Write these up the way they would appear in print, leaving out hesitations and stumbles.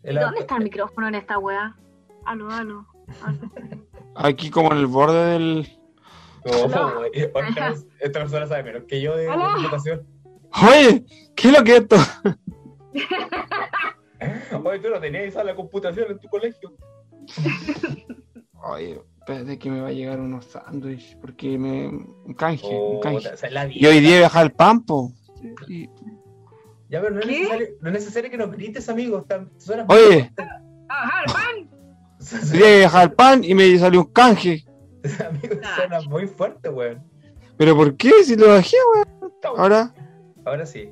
¿Dónde está el micrófono en esta weá? Aló. Aquí como en el borde del... Esta persona sabe menos que yo de computación. Oye, ¿qué es lo que es esto? Oye, tú no tenías esa la computación en tu colegio. Oye, espérate que me va a llegar unos sándwiches, porque un canje. O Y hoy día viajar al Pampo. Ya, pero no es necesario que nos grites, amigo. Oye, ¡Ajá, el pan! hoy día viajar al pan y me salió un canje. Amigo, suena muy fuerte, weón. ¿Pero por qué? Si lo bajé, weón. Ahora sí.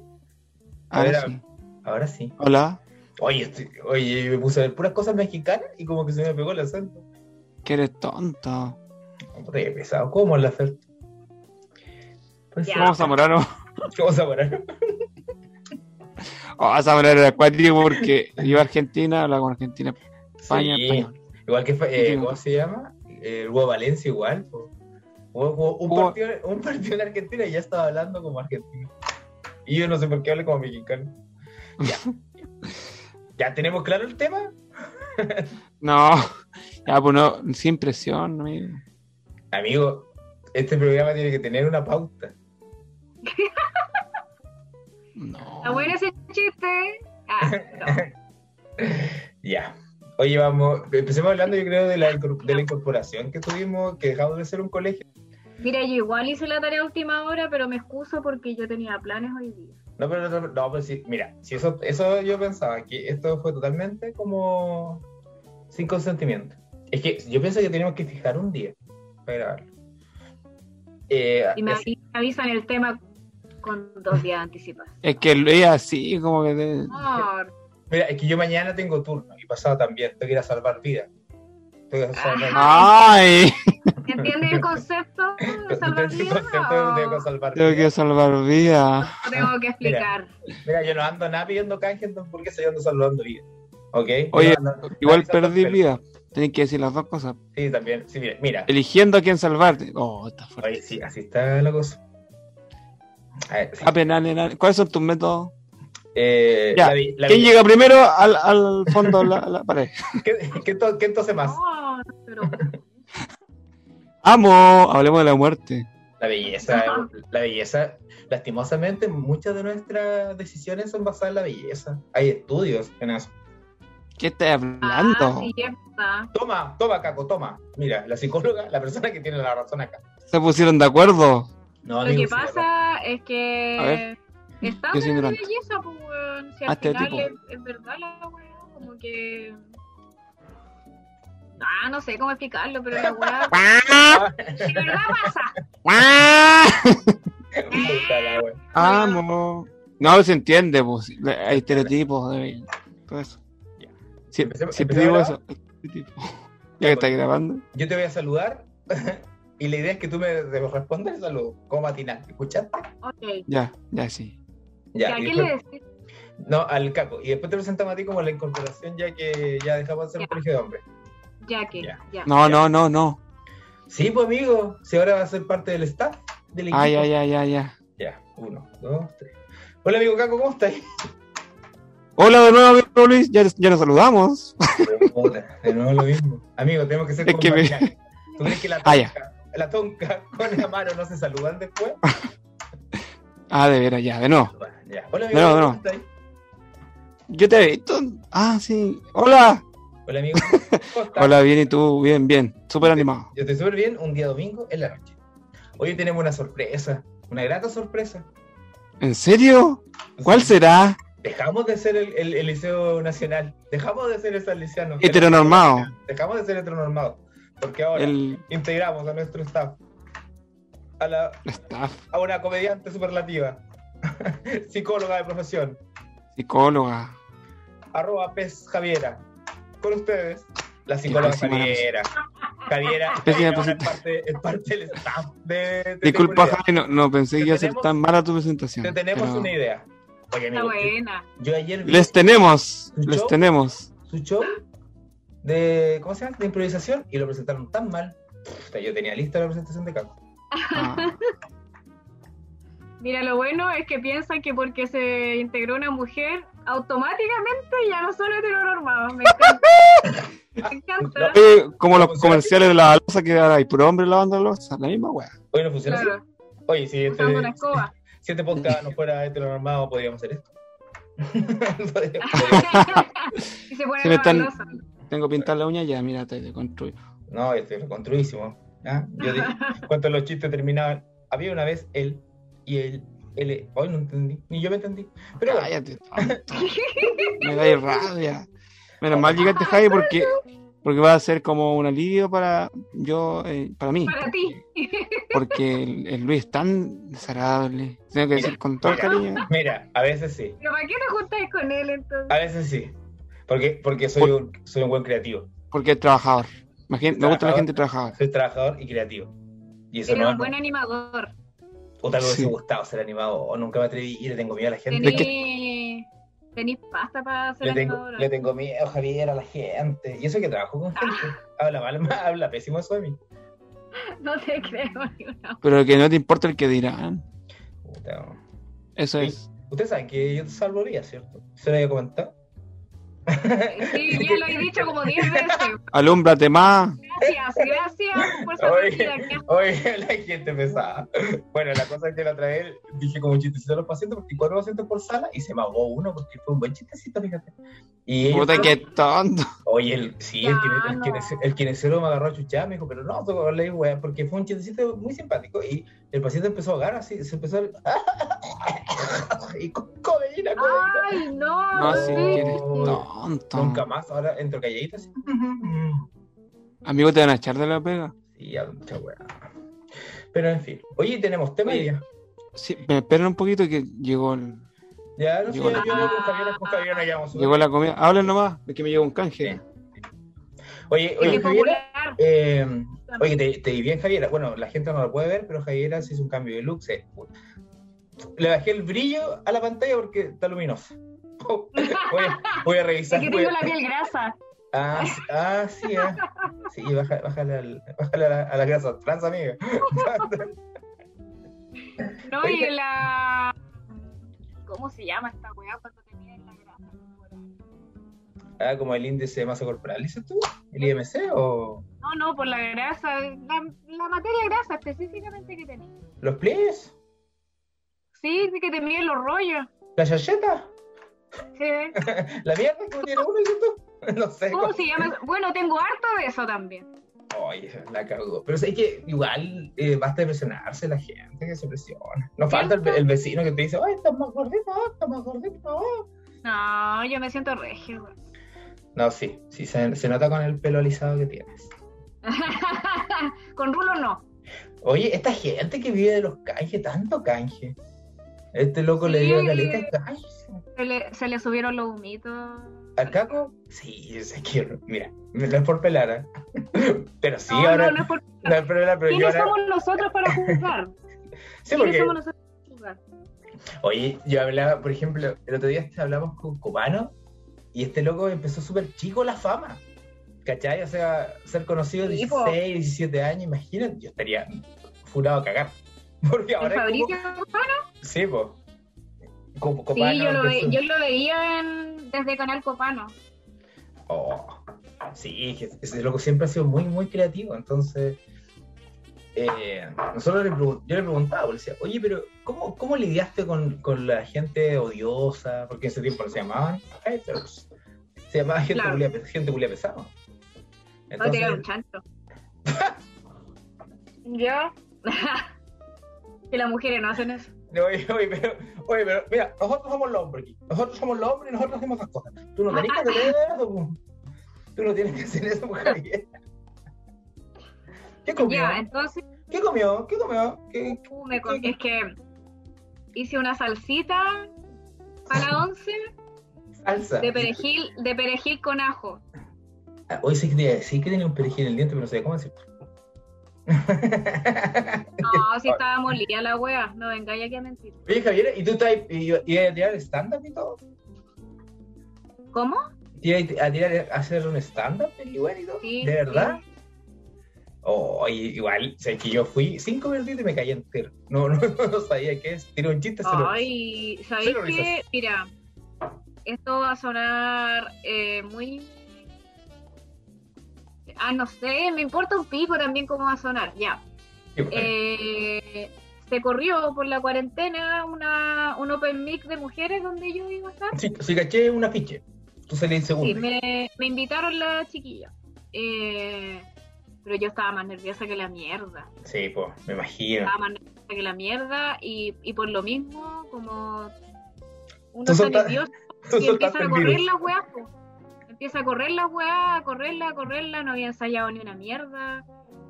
Ahora sí. Hola. Oye, me puse a ver puras cosas mexicanas y como que se me pegó el acento. Que eres tonto. Qué pesado. ¿Cómo la oferta? Pues ¿cómo Zamorano? ¿Cómo Zamorano? Zamorano era acuático porque iba a Argentina, hablaba con Argentina, España, sí. español. Igual que, ¿cómo se llama? Hugo Valencia igual. Jugó un partido en Argentina y ya estaba hablando como argentino. Y yo no sé por qué hablo como mexicano. ¿Ya tenemos claro el tema? No, ya pues no, sin presión, amigo. Amigo, este programa tiene que tener una pauta. No. ¿Está bueno ese chiste? No. Ya. Oye, empecemos hablando, yo creo, de la incorporación que tuvimos, que dejamos de ser un colegio. Mira, yo igual hice la tarea a última hora, pero me excuso porque yo tenía planes hoy día. No, pero sí, mira, si eso yo pensaba, que esto fue totalmente como sin consentimiento. Es que yo pienso que tenemos que fijar un día para grabarlo. Y me avisan el tema con 2 días de anticipación. Es que lo es así, como que... Mira, es que yo mañana tengo turno y pasado también, tengo que ir a salvar vidas. ¡Ay! ¿Entiendes el concepto de salvar vidas? Tengo que salvar vidas. Tengo que explicar. Mira, yo no ando nada pidiendo canje porque yo ando salvando vidas. ¿Ok? Oye, igual perdí vida. Tenés que decir las dos cosas. Sí, también. Sí, mira. Eligiendo a quién salvarte. Está fuerte. Oye, sí, así está la cosa. Sí. ¿Cuáles son tus métodos? Ya. ¿Quién llega primero al fondo de la pared? ¿Qué entonces más? No, pero... Hablemos de la muerte. La belleza, lastimosamente, muchas de nuestras decisiones son basadas en la belleza. Hay estudios en eso. ¿Qué estás hablando? Sí, está. Toma, Caco, toma. Mira, la psicóloga, la persona que tiene la razón acá. ¿Se pusieron de acuerdo? No, lo que pasa es que está en la belleza, pues, weón. Si al final es verdad la weá, como que... no sé cómo explicarlo, pero la weá... de verdad pasa. Amo. No se entiende, pues. Hay estereotipos de todo eso. Siempre digo eso. Ya que estás grabando. Yo te voy a saludar y la idea es que tú me respondas el saludo como matinal. ¿Escuchaste? Ok. Ya, sí. ¿A quién le decís? No, al Caco. Y después te presentamos a ti como la incorporación, ya que ya dejamos de ser un colegio de hombres. Ya. No. Sí, pues amigo. Si ahora va a ser parte del staff del equipo. Ya. Ya, 1, 2, 3. Hola amigo Caco, ¿cómo estás? Hola de nuevo, amigo Luis. Ya nos saludamos. De nuevo lo mismo. Amigo, tenemos que ser como matinal. ¿Tú crees que la tonca con Amaro no se saludan después? De veras, ya, de nuevo. Ya. Hola amigo, ¿cómo estás? Yo te he visto. Sí. Hola. Hola amigo, ¿cómo estás? Hola, bien, ¿y tú? Bien. Súper animado. Yo estoy súper bien, un día domingo en la noche. Hoy tenemos una sorpresa, una grata sorpresa. ¿En serio? ¿Cuál será? Dejamos de ser el Liceo Nacional. Dejamos de ser esalicianos. Heteronormado. Dejamos de ser heteronormados. Porque ahora integramos a nuestro staff. A una comediante superlativa. Psicóloga de profesión. Psicóloga. @PES Javiera. Con ustedes, la psicóloga Javiera. Javiera es parte del staff de Disculpa, Javi, no pensé que iba a ser tan mala tu presentación. Te tenemos una idea. Oye, amigo, buena. Yo ayer vi les tenemos. Su show de, ¿cómo se llama? De improvisación, y lo presentaron tan mal. Yo tenía lista la presentación de Caco. Mira, lo bueno es que piensan que porque se integró una mujer, automáticamente ya no son heteronormados. Me encanta. Me encanta. Oye, como los comerciales de la loza que ahora hay puro hombre lavando la loza, la misma weá. Oye, no funciona así. Oye, si Usando una escoba. Si este podcast no fuera heteronormado, podríamos hacer esto. Y se pone la loza. Tengo que pintar la uña ya, mira, te deconstruyo. No, estoy reconstruísimo. ¿Ah? Yo cuando los chistes terminaban, había una vez él y él. Hoy no entendí, ni yo me entendí. Pero cállate, tonto. Me da rabia. Menos mal llegaste, Javi, porque va a ser como un alivio para mí. Para ti. Porque el Luis es tan desagradable. Tengo que decir con todo el cariño. Mira, a veces sí. ¿Pero para qué te juntáis con él entonces? A veces sí. Porque soy un buen creativo. Porque es trabajador. Me gusta la gente trabajadora. Soy trabajador y creativo. Y eso eres un buen animador. O tal vez me hubiese gustado ser animado, o nunca me atreví y le tengo miedo a la gente. ¿Tenís pasta para ser animadora? Le tengo miedo, Javier, a la gente. Y eso que trabajo con gente. Habla pésimo eso de mí. No te creo ni una. Pero que no te importa el que dirán. Puta. Eso es. Ustedes saben que yo te salvaría, ¿cierto? ¿Se lo había comentado? Sí, ya lo he dicho como 10 veces. Alúmbrate más. Gracias por salvarme. Oye, la gente pesada. Bueno, la cosa es que la otra vez dije como un chistecito a los pacientes, porque 4 pacientes por sala y se me ahogó uno porque fue un buen chistecito, fíjate. Y puta, qué tonto. Oye, el kinesiólogo me agarró a chuchar, me dijo, pero no, le digo, weá, porque fue un chistecito muy simpático y el paciente empezó a ahogar así, se empezó a... y codeína. Ay, no. No, sí, eres tonto. Nunca más, ahora entro calladito así. Amigo, ¿te van a echar de la pega? Sí, ya, mucha weá. Pero en fin. Oye, ¿tenemos tema ya? Sí, me esperan un poquito que llegó el... Ya, no sé, yo con Javier no llevamos. Llegó la comida. Hablen nomás, es que me llegó un canje. Oye, Javier, oye, te di bien, Javier. Bueno, la gente no lo puede ver, pero Javier se hizo un cambio de look. Le bajé el brillo a la pantalla porque está luminosa. Voy a revisar. Es que tengo la piel grasa. Sí, sí, bájale a la grasa trans, amiga. No, y la... ¿Cómo se llama esta weá cuando te miden la grasa? Como el índice de masa corporal, ¿dices tú? ¿El IMC o...? No, por la grasa, la materia grasa específicamente que tenés. ¿Los pliegues? Sí, que te miden los rollos. ¿La chacheta? Sí. ¿La mierda que tiene uno, dices tú? No sé. ¿Cómo se llama? Bueno, tengo harto de eso también. Oye, la cagó. Pero sé que igual basta de presionarse la gente que se presiona. No falta el vecino que te dice, ay, estás más gordito, estás más gordito. No, yo me siento regio, güey. No, sí, se nota con el pelo alisado que tienes. Con rulo no. Oye, esta gente que vive de los canjes, tanto canje. Este loco le dio caleta de canje. Se le subieron los humitos. ¿Al Caco? Sí, es que, mira, no es por pelar, pero sí, no, ahora... No es por pelar. Pero ¿Quiénes somos nosotros para juzgar? Sí, porque... somos nosotros para juzgar? Oye, yo hablaba, por ejemplo, el otro día hablamos con Copano y este loco empezó súper chico la fama, ¿cachai? O sea, ser conocido de 16, 17 años, imagínate, yo estaría furado a cagar. Porque ahora ¿Fabricio Copano? Sí, pues. Sí, yo lo veía desde Canal Copano. Oh, sí, ese loco siempre ha sido muy, muy creativo. Entonces, yo le preguntaba, le decía, oye, pero ¿cómo lidiaste con la gente odiosa? Porque en ese tiempo no se llamaban haters, se llamaba gente culia pesada. Entonces... No te era un chancho. ¿Yo? Que las mujeres no hacen eso. Oye, pero mira, nosotros somos los hombres aquí. Nosotros somos los hombres y nosotros hacemos esas cosas. Tú no tenés que hacer eso, tú no tienes que hacer eso, mujer. ¿Qué comió? Ya, entonces... ¿Qué comió? Es que hice una salsita para la 11. Salsa. De perejil con ajo. Hoy sí que tenía un perejil en el diente, pero no sabía cómo decirlo. No, si estaba molida la wea, no vengáis aquí a mentir. Oye, Javier, ¿y tú ibas a tirar stand-up y todo? ¿Cómo? ¿A hacer un stand-up y todo? Sí, ¿de verdad? Sí. Oh, igual, o sea, que yo fui 5 minutitos y me caí entero. No sabía qué es. Tiro un chiste. Ay, ¿sabéis qué? Mira, esto va a sonar muy... no sé, me importa un pico también cómo va a sonar, ya. Se corrió por la cuarentena un open mic de mujeres donde yo iba a estar. Sí, caché un afiche. Tú salís segundo. Sí, me invitaron las chiquillas. Pero yo estaba más nerviosa que la mierda. Sí, pues, me imagino. Estaba más nerviosa que la mierda y por lo mismo, como uno está nervioso y empieza a correr la weá, pues. Empieza a correr la weá, a correrla, no había ensayado ni una mierda.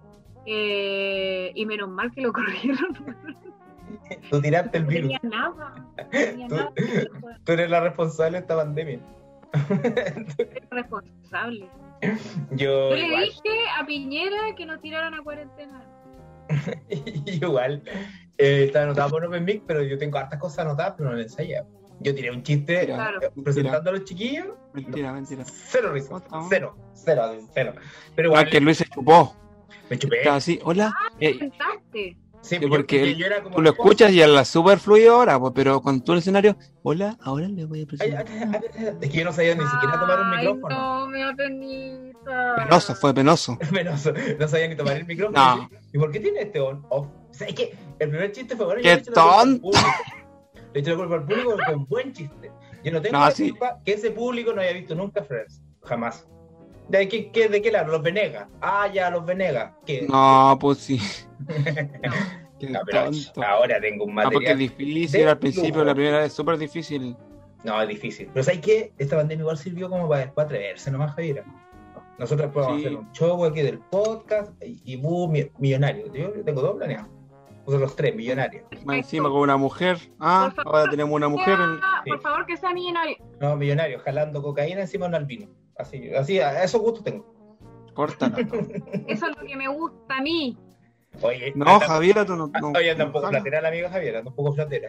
Y menos mal que lo corrieron. Tú tiraste el virus. No tenía nada. Tú eres la responsable de esta pandemia. Eres responsable. Yo le dije a Piñera que no tiraran a cuarentena. Igual. Estaba anotado por Open Mic, pero yo tengo hartas cosas anotadas, pero no las ensayé. Yo tiré un chiste presentando a los chiquillos. Mentira. Cero risa. Cero. Pero igual. Que Luis se chupó. Me chupé. Estaba así, hola. Presentaste. Sí, porque yo era como tú lo escuchas y habla súper fluido ahora, pues, pero con tú en el escenario, hola, ahora le voy a presentar. Es que yo no sabía ni siquiera tomar un micrófono. No, me da penita. Fue penoso. No sabía ni tomar el micrófono. No. ¿Y por qué tiene este on-off? O sea, es que el primer chiste fue bueno. ¡Qué tonto! Le he hecho la culpa al público con un buen chiste. Yo no tengo culpa que ese público no haya visto nunca Friends. Jamás. ¿De qué lado? ¿Los Venegas? Ya, los Venegas. ¿Qué? No, pues sí. No, pero ahora tengo un material. Porque es difícil, al principio, la primera vez es súper difícil. No, es difícil. Pero ¿sabes qué? Esta pandemia igual sirvió como para después atreverse nomás, Javier. Nosotros podemos hacer un show aquí del podcast y millonario. Yo tengo dos planeados. Los tres, millonarios. Más encima con una mujer. Ahora tenemos una mujer. Por favor, que sea millonario. No, millonario, jalando cocaína encima de un albino. Así, a esos gustos tengo. Córtala. Eso es lo que me gusta a mí. Oye, no, Javiera, tú no. Oye, anda un poco platera la amiga Javiera, anda un poco platera.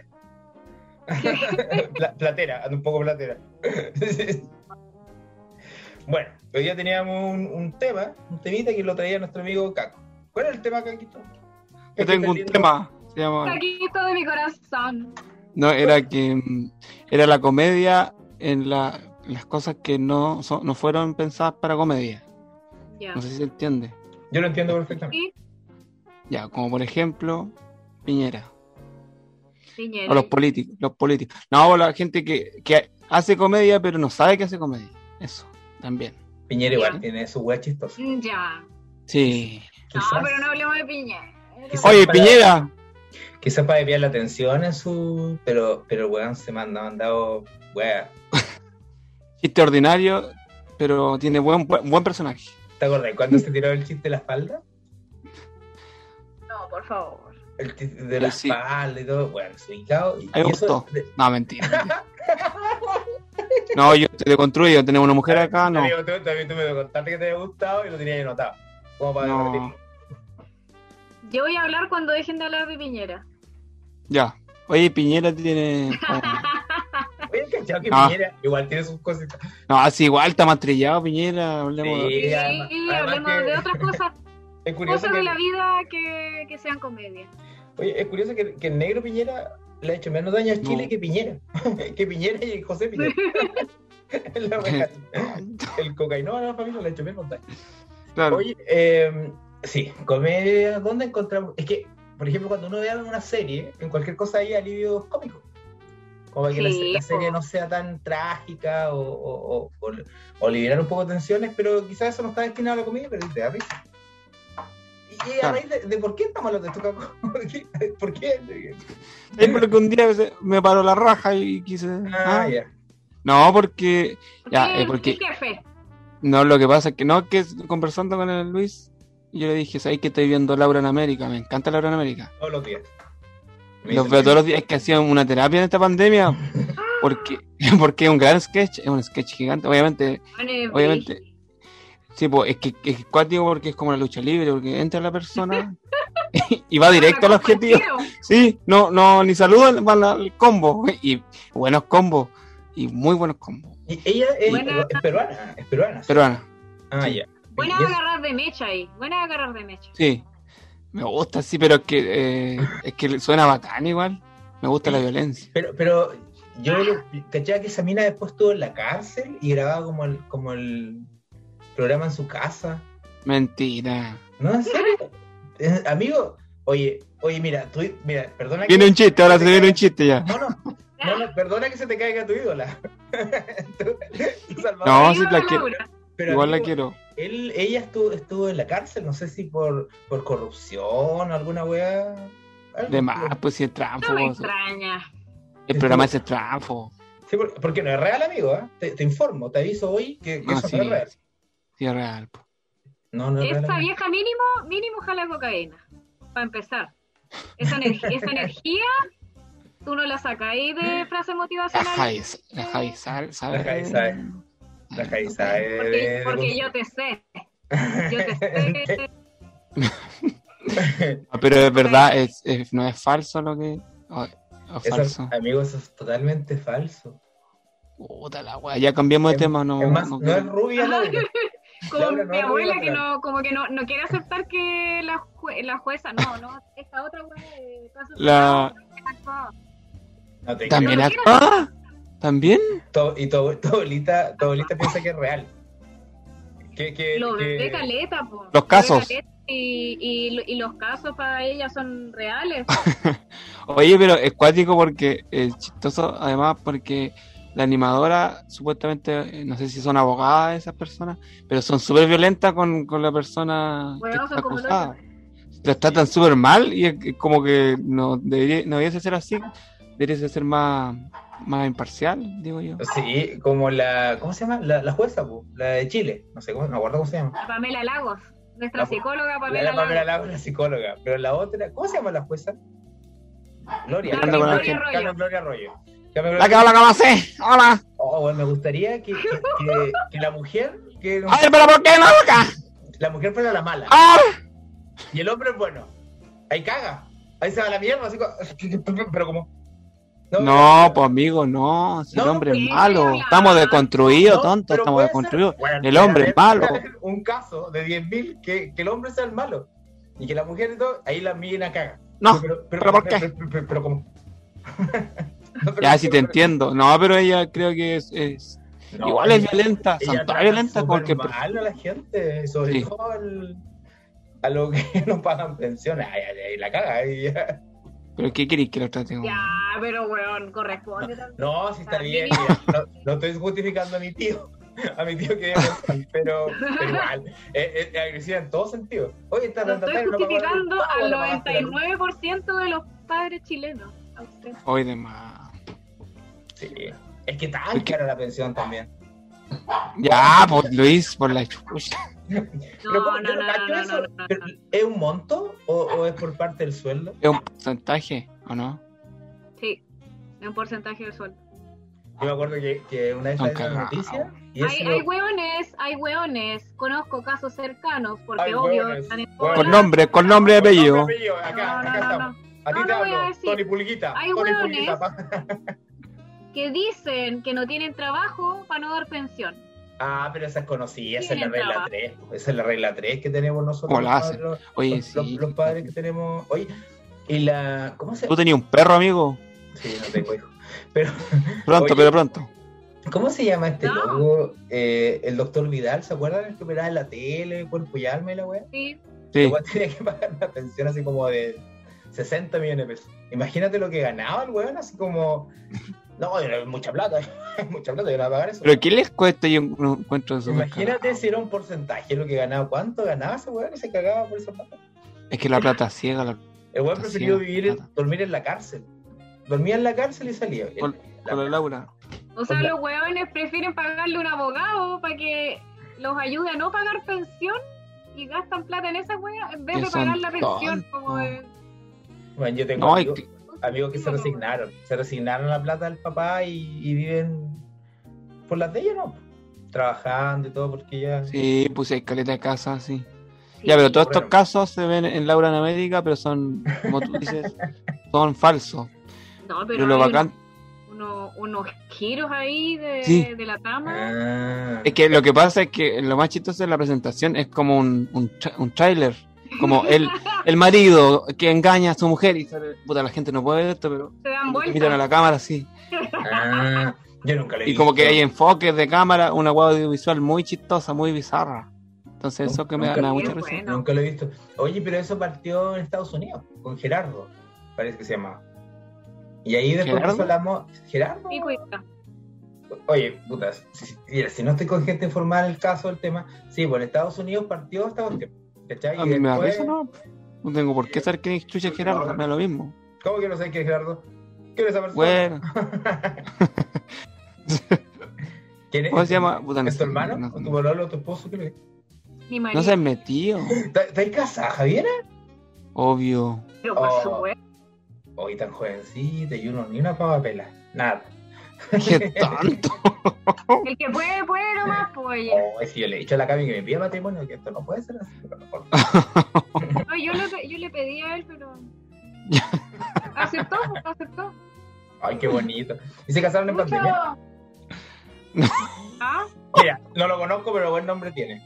Platera, anda un poco platera. Bueno, hoy día teníamos un temita que lo traía nuestro amigo Caco. ¿Cuál es el tema, Caquito? Yo tengo un tema. Se llama... Caquito de mi corazón. No, era la comedia en las cosas que no fueron pensadas para comedia. Yeah. No sé si se entiende. Yo lo entiendo perfectamente. ¿Sí? Ya, como por ejemplo, Piñera. O los políticos. No, la gente que hace comedia pero no sabe que hace comedia. Eso, también. Piñera igual tiene su hueá chistosa. Ya. Sí. No, pero no hablemos de Piñera. Oye, Piñera. Quizás para desviar la atención en su... Pero el weón se me ha mandado... Weá. Chiste ordinario, pero tiene buen personaje. ¿Te acordás cuando se tiró el chiste de la espalda? No, por favor. El chiste de la espalda y todo. Bueno, se ubicado. Me gustó. No, mentira. No, yo te deconstruyo. Tenemos una mujer acá, no. Amigo, también tú me contaste que te había gustado y lo tenías anotado. ¿Cómo para repetirlo? Yo voy a hablar cuando dejen de hablar de Piñera. Ya. Oye, Piñera tiene... Oye, ¿cachado que Piñera igual tiene sus cositas? No, así igual está más trillado Piñera. Hablemos hablemos de otras cosas. Es curioso cosas de la vida que sean comedia. Oye, es curioso que el negro Piñera le ha hecho menos daño a Chile que Piñera. Que Piñera y José Piñera. El cocainómano de la familia le ha hecho menos daño. Claro. Oye, sí, comedia, ¿dónde encontramos? Es que, por ejemplo, cuando uno ve una serie, en cualquier cosa hay alivios cómicos. Como que la serie no sea tan trágica o liberar un poco de tensiones, pero quizás eso no está destinado a la comedia, pero te da risa. Y a raíz de por qué estamos hablando de esto, Caco? ¿Por qué? Es porque un día me paró la raja y quise... Ya. No, porque... porque... Jefe. No, lo que pasa es que conversando con el Luis, yo le dije, ¿sabes que estoy viendo Laura en América? Me encanta Laura en América. Todos los días. Los veo todos los días. Es que hacían una terapia en esta pandemia. Porque es un gran sketch. Es un sketch gigante. Obviamente. Sí, pues es que es cuático porque es como la lucha libre. Porque entra la persona y va directo al objetivo. Sí, no, ni saludan, van al combo. Y buenos combos. Y muy buenos combos. Y ella es peruana. Es peruana. ¿Sí? Peruana. Sí. Ya. Buena agarrar de mecha ahí. Sí. Me gusta, sí, pero es que suena bacán igual. Me gusta la violencia. Pero ¿cachai? Que esa mina después estuvo en la cárcel y grababa como el programa en su casa. Mentira. No, en serio. Amigo, oye, mira, perdona. Viene un chiste, ahora se viene un chiste ya. No, perdona que se te caiga tu ídola. No, sí la quiero. Pero igual amigo, la quiero. Ella estuvo en la cárcel, no sé si por corrupción o alguna weá. De más, pues si es tránsfugo. No me extraña. El programa es tránsfugo. Sí, porque no es real, amigo, ¿eh? Te informo, te aviso hoy que eso sí, no es real. Sí, es real. No es esa real. Vieja mínimo jala cocaína, para empezar. Esa energía, tú no la sacas ahí de frase motivacional. La Javi sabe. La Javi sabe. Porque yo te sé. Pero es verdad, no es falso lo que... es falso. Amigo, eso es totalmente falso. Puta la wea, ya cambiamos de tema. No es rubia la wea. Como mi abuela que no quiere aceptar que la jueza, esta otra wea ¿También actúa? ¿También? Y tu abuelita piensa que es real. Lo ve caleta, po. Los casos. Y los casos para ella son reales. Oye, pero es cuático porque es chistoso, además porque la animadora supuestamente, no sé si son abogadas esas personas, pero son súper violentas con la persona que está acusada. Los tratan súper mal y es como que no debiese ser así, debiese ser más imparcial, digo yo. Sí, como ¿cómo se llama? La jueza, la de Chile, no acuerdo cómo se llama. Pamela Lagos, nuestra psicóloga Pamela Lagos, la psicóloga, pero la otra, ¿cómo se llama la jueza? Gloria Arroyo. La que habla como así, hola. Bueno, me gustaría que la mujer... ¡Ay, pero por qué no acá! La mujer fuera la mala. ¡Ah! Y el hombre es bueno. Ahí caga. Ahí se va la mierda, así pero como... No, pues amigo, no. Si el hombre es malo. Estamos deconstruidos, tontos. Estamos deconstruidos. El hombre es malo. Un caso de 10.000 que el hombre sea el malo. Y que la mujer y todo, ahí la mina caga. No, pero ¿por qué? Pero como... Ya, sí te entiendo. No, pero ella creo que es igual es violenta. Son todas violentas porque... mal a la gente, sobre todo a lo que no pagan pensiones. Ahí la caga, ahí ya. ¿Pero qué querés que lo traten? Ya, pero weón, corresponde también. No, sí está bien. No estoy justificando a mi tío. Que pero igual, es agresiva en todo sentido. Oye, estoy justificando al 99% de los padres chilenos. Hoy de más. Sí, es que tan cara la pensión también. Ya, pues Luis, por la chucha. No. ¿Es un monto o es por parte del sueldo? ¿Es un porcentaje o no? Sí, es un porcentaje del sueldo. Yo me acuerdo que una vez salió una noticia. Hay hueones. Conozco casos cercanos, porque obvio están en con nombre y apellido. Acá estamos. A ti te hablo, Tony Pulguita. Hay hueones que dicen que no tienen trabajo para no dar pensión. Pero esa es conocida, esa es la regla 3. Esa es la regla 3 que tenemos nosotros. ¿Cómo la hacen? Oye, los padres que tenemos. Oye, ¿cómo se... ¿Tú tenías un perro, amigo? Sí, no tengo hijo. Pero pronto. ¿Cómo se llama este loco? El doctor Vidal, ¿se acuerdan? El que operaba en la tele, cuerpo y alma y la weá. Sí. El weón tenía que pagar una pensión así como de 60 millones de pesos. Imagínate lo que ganaba el weón, así como... No, es mucha plata, yo no voy a pagar eso. ¿Pero qué les cuesta? Yo no encuentro eso. Imagínate si era un porcentaje lo que ganaba. ¿Cuánto ganaba ese weón y se cagaba por esa plata? Es que la plata ciega. El weón prefirió dormir en la cárcel. Dormía en la cárcel y salía. Con la Laura. O sea, los weones prefieren pagarle un abogado para que los ayude a no pagar pensión y gastan plata en esa wea en vez de pagar la pensión como de... Bueno, yo tengo amigos que se resignaron la plata del papá y viven por las de ellos, ¿no? Trabajando y todo porque ya... Sí, puse caleta de casa, sí. Ya, pero todos estos casos se ven en Laura en América, pero son, como tú dices, son falsos. No, pero lo bacán... unos giros ahí de la trama. Es que lo que pasa es que lo más chistoso de la presentación es como un tráiler. Como el marido que engaña a su mujer y sale, puta, la gente no puede ver esto, pero se dan vueltas. miran a la cámara así. Yo nunca lo he visto. Y como que hay enfoques de cámara, una hueá audiovisual muy chistosa, muy bizarra. Entonces eso que me da mucha risa. Nunca lo he visto. Oye, pero eso partió en Estados Unidos, con Gerardo, parece que se llamaba. Y ahí después hablamos... ¿Gerardo? Oye, putas, si no estoy con gente informada en el caso del tema, sí, pues en Estados Unidos partió esta cuestión, ¿cachai? A mí me da risa, ¿no? No tengo por qué saber quién es chucha Gerardo, me da lo mismo. ¿Cómo que no sé quién es Gerardo? ¿Quién es esa persona? Bueno. ¿Quién es? ¿Cómo se llama? Puta, ¿Es tu hermano? ¿O tu bololo o tu esposo? ¿Qué es? Mi marido. No se han metido. ¿Estás casada, Javiera? Obvio. Pero por supuesto. Hoy tan jovencita y uno ni una pava pela. Nada. ¡Qué tanto! El que puede nomás, pues. Si yo le he dicho a la Cami que me pida matrimonio, que esto no puede ser así, pero mejor. No, yo le pedí a él, pero... aceptó. Ay, qué bonito. ¿Y se casaron en pandemia? ¿Ah? Mira, no lo conozco, pero buen nombre tiene.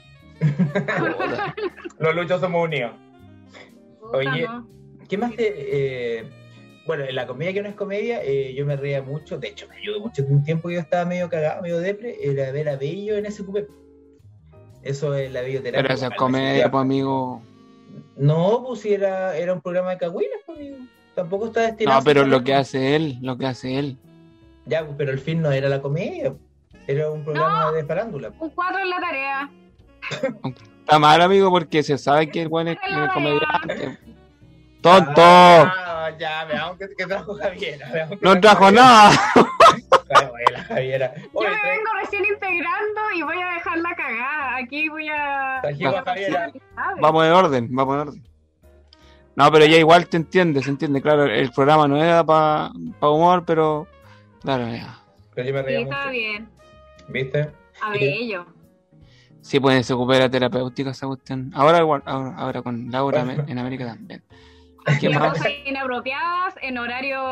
Los luchos somos unidos. Oye, ¿qué más bueno, en la comedia que no es comedia, yo me reía mucho. De hecho, me ayudó mucho. Un tiempo que yo estaba medio cagado, medio depre, era ver a Bello en SQP. Eso es la belloterapia. Pero esa es comedia, pues, amigo. No, pues si era un programa de cagüinas, pues, amigo. Tampoco está destinado. No, pero lo que hace él. Ya, pero el fin no era la comedia. Era un programa de farándula. Un 4 en la tarea. Está mal, amigo, porque se sabe que el bueno es comediante. ¡Tonto! Ya, veamos qué trajo Javiera. No trajo nada. La Javiera. Yo me vengo recién integrando y voy a dejar la cagada. Aquí voy a... Javiera. Vamos en orden. No, pero ya igual se entiende. Claro, el programa no era para humor, pero... Claro, ya. Pero yo me reía mucho. Está bien. ¿Viste? A Bello. Sí, pueden se recupera terapéutica esa cuestión. Ahora con Laura en América también. ¿Qué más? Cosas inapropiadas en horario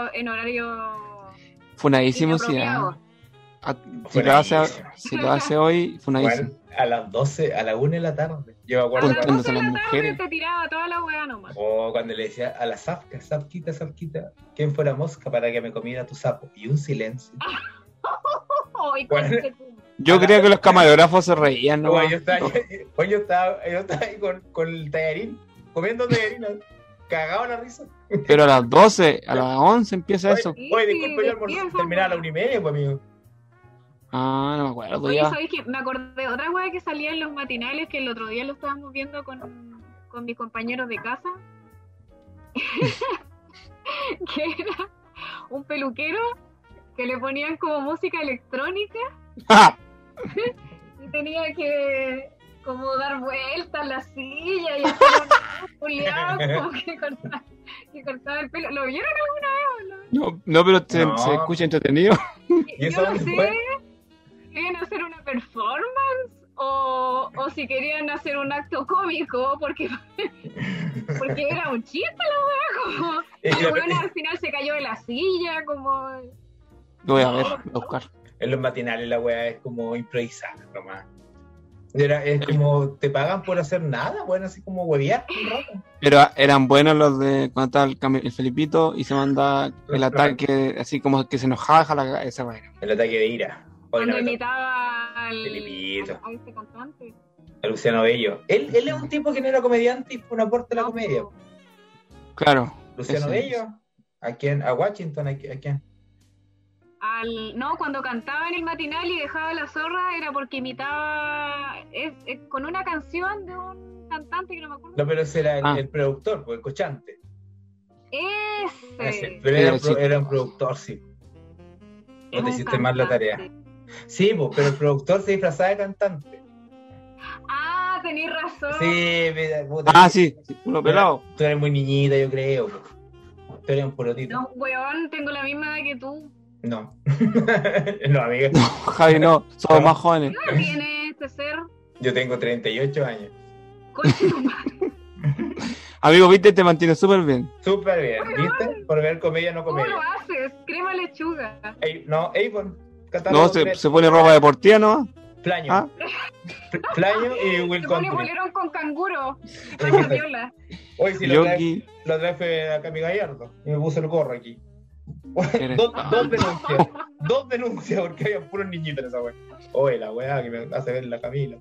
funadísimo, sí. Si lo hace hoy, funadísimo. Bueno, a las 12, a la 1 de la tarde. Yo me acuerdo a las 12 de la tarde te tiraba toda la hueá nomás. Cuando le decía a la sapquita, ¿quién fuera mosca para que me comiera tu sapo? Y un silencio. Yo creía que los camarógrafos se reían, ¿no? Yo estaba ahí con el tallarín, comiendo tallarín, cagado la risa. Pero a las 12, a las 11 empieza eso. Oye, disculpe, yo terminaba a la 1:30, pues, amigo. Ah, no me acuerdo. Oye, ¿sabes qué? Me acordé de otra weá que salía en los matinales, que el otro día lo estábamos viendo con mis compañeros de casa. Que era un peluquero que le ponían como música electrónica y tenía que como dar vueltas la silla y hacer un puliado como que cortaba el pelo. ¿Lo vieron alguna vez? No, pero se escucha entretenido. Yo no sé, ¿querían hacer una performance o si querían hacer un acto cómico? Porque era un chiste la wea, como el weón al final se cayó de la silla, como... Lo voy a ver, voy a buscar. En los matinales la wea es como improvisada nomás. Es como te pagan por hacer nada, bueno, así como huevear un rato. Pero eran buenos los de cuando estaba el Felipito y se manda el ataque, así como que se enojaba esa manera. El ataque de ira. Cuando imitaba al Felipito. A este cantante. A Luciano Bello. Él es un tipo que no era comediante y fue un aporte a la comedia. Claro. Luciano Bello. ¿A quién? ¿A Washington? ¿A quién? No, cuando cantaba en el matinal y dejaba la zorra era porque imitaba con una canción de un cantante que no me acuerdo. No, pero ese era el productor, el cochante. Ese. Pero era un productor, sí. No te hiciste mal la tarea. Sí, pero el productor se disfrazaba de cantante. Ah, tenés razón. Sí, sí, uno pelado. Tú eres muy niñita, yo creo. Tú eres un porotito. No, weón, tengo la misma edad que tú. No. No, amiga. No, Javi, no. Somos más jóvenes. ¿Qué edad tiene este ser? Yo tengo 38 años. Coño, madre. Amigo, viste, te mantiene súper bien. Súper bien, ¿viste? Por ver comedia, no comedia. ¿Cómo lo haces? Crema lechuga. No, Avon. No, se pone ropa deportiva, ¿no? Flaño. Flaño y Will Country. Se pone bolerón con canguro. Hoy sí, lo trae fue acá mi Gallardo. Y me puse el gorro aquí. Dos denuncias porque había puros niñitos en esa weá. Oye, la weá que me hace ver la Camila.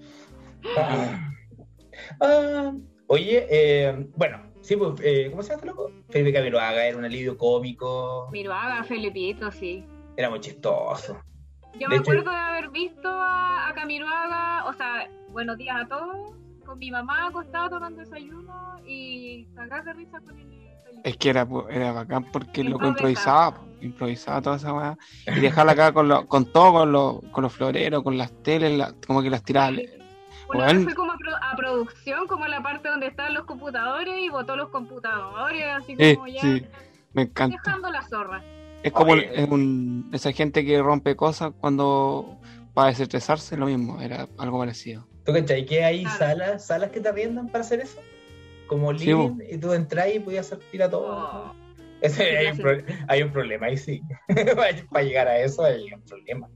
Oye, bueno, sí, pues, ¿cómo se llama este loco? Felipe Camiroaga era un alivio cómico. Camiroaga, Felipito, sí. Era muy chistoso. Yo me acuerdo de haber visto a Camiroaga, o sea, buenos días a todos, con mi mamá acostada tomando desayuno y cagar de risa con el Felipe. Es que era bacán porque lo improvisaba toda esa weá. Y dejarla acá con los floreros, con las teles, como que las tiraba. Una vez fue como a producción, como a la parte donde estaban los computadores y botó los computadores, así como ya. Sí, me encanta. Dejando la zorra. Es como esa gente que rompe cosas cuando para desestresarse, lo mismo, era algo parecido. ¿Tú cachai que hay salas que te arriendan para hacer eso? Como living, y tú entras y podías hacer a todo. Hay un problema ahí, sí. Para llegar a eso hay un problema.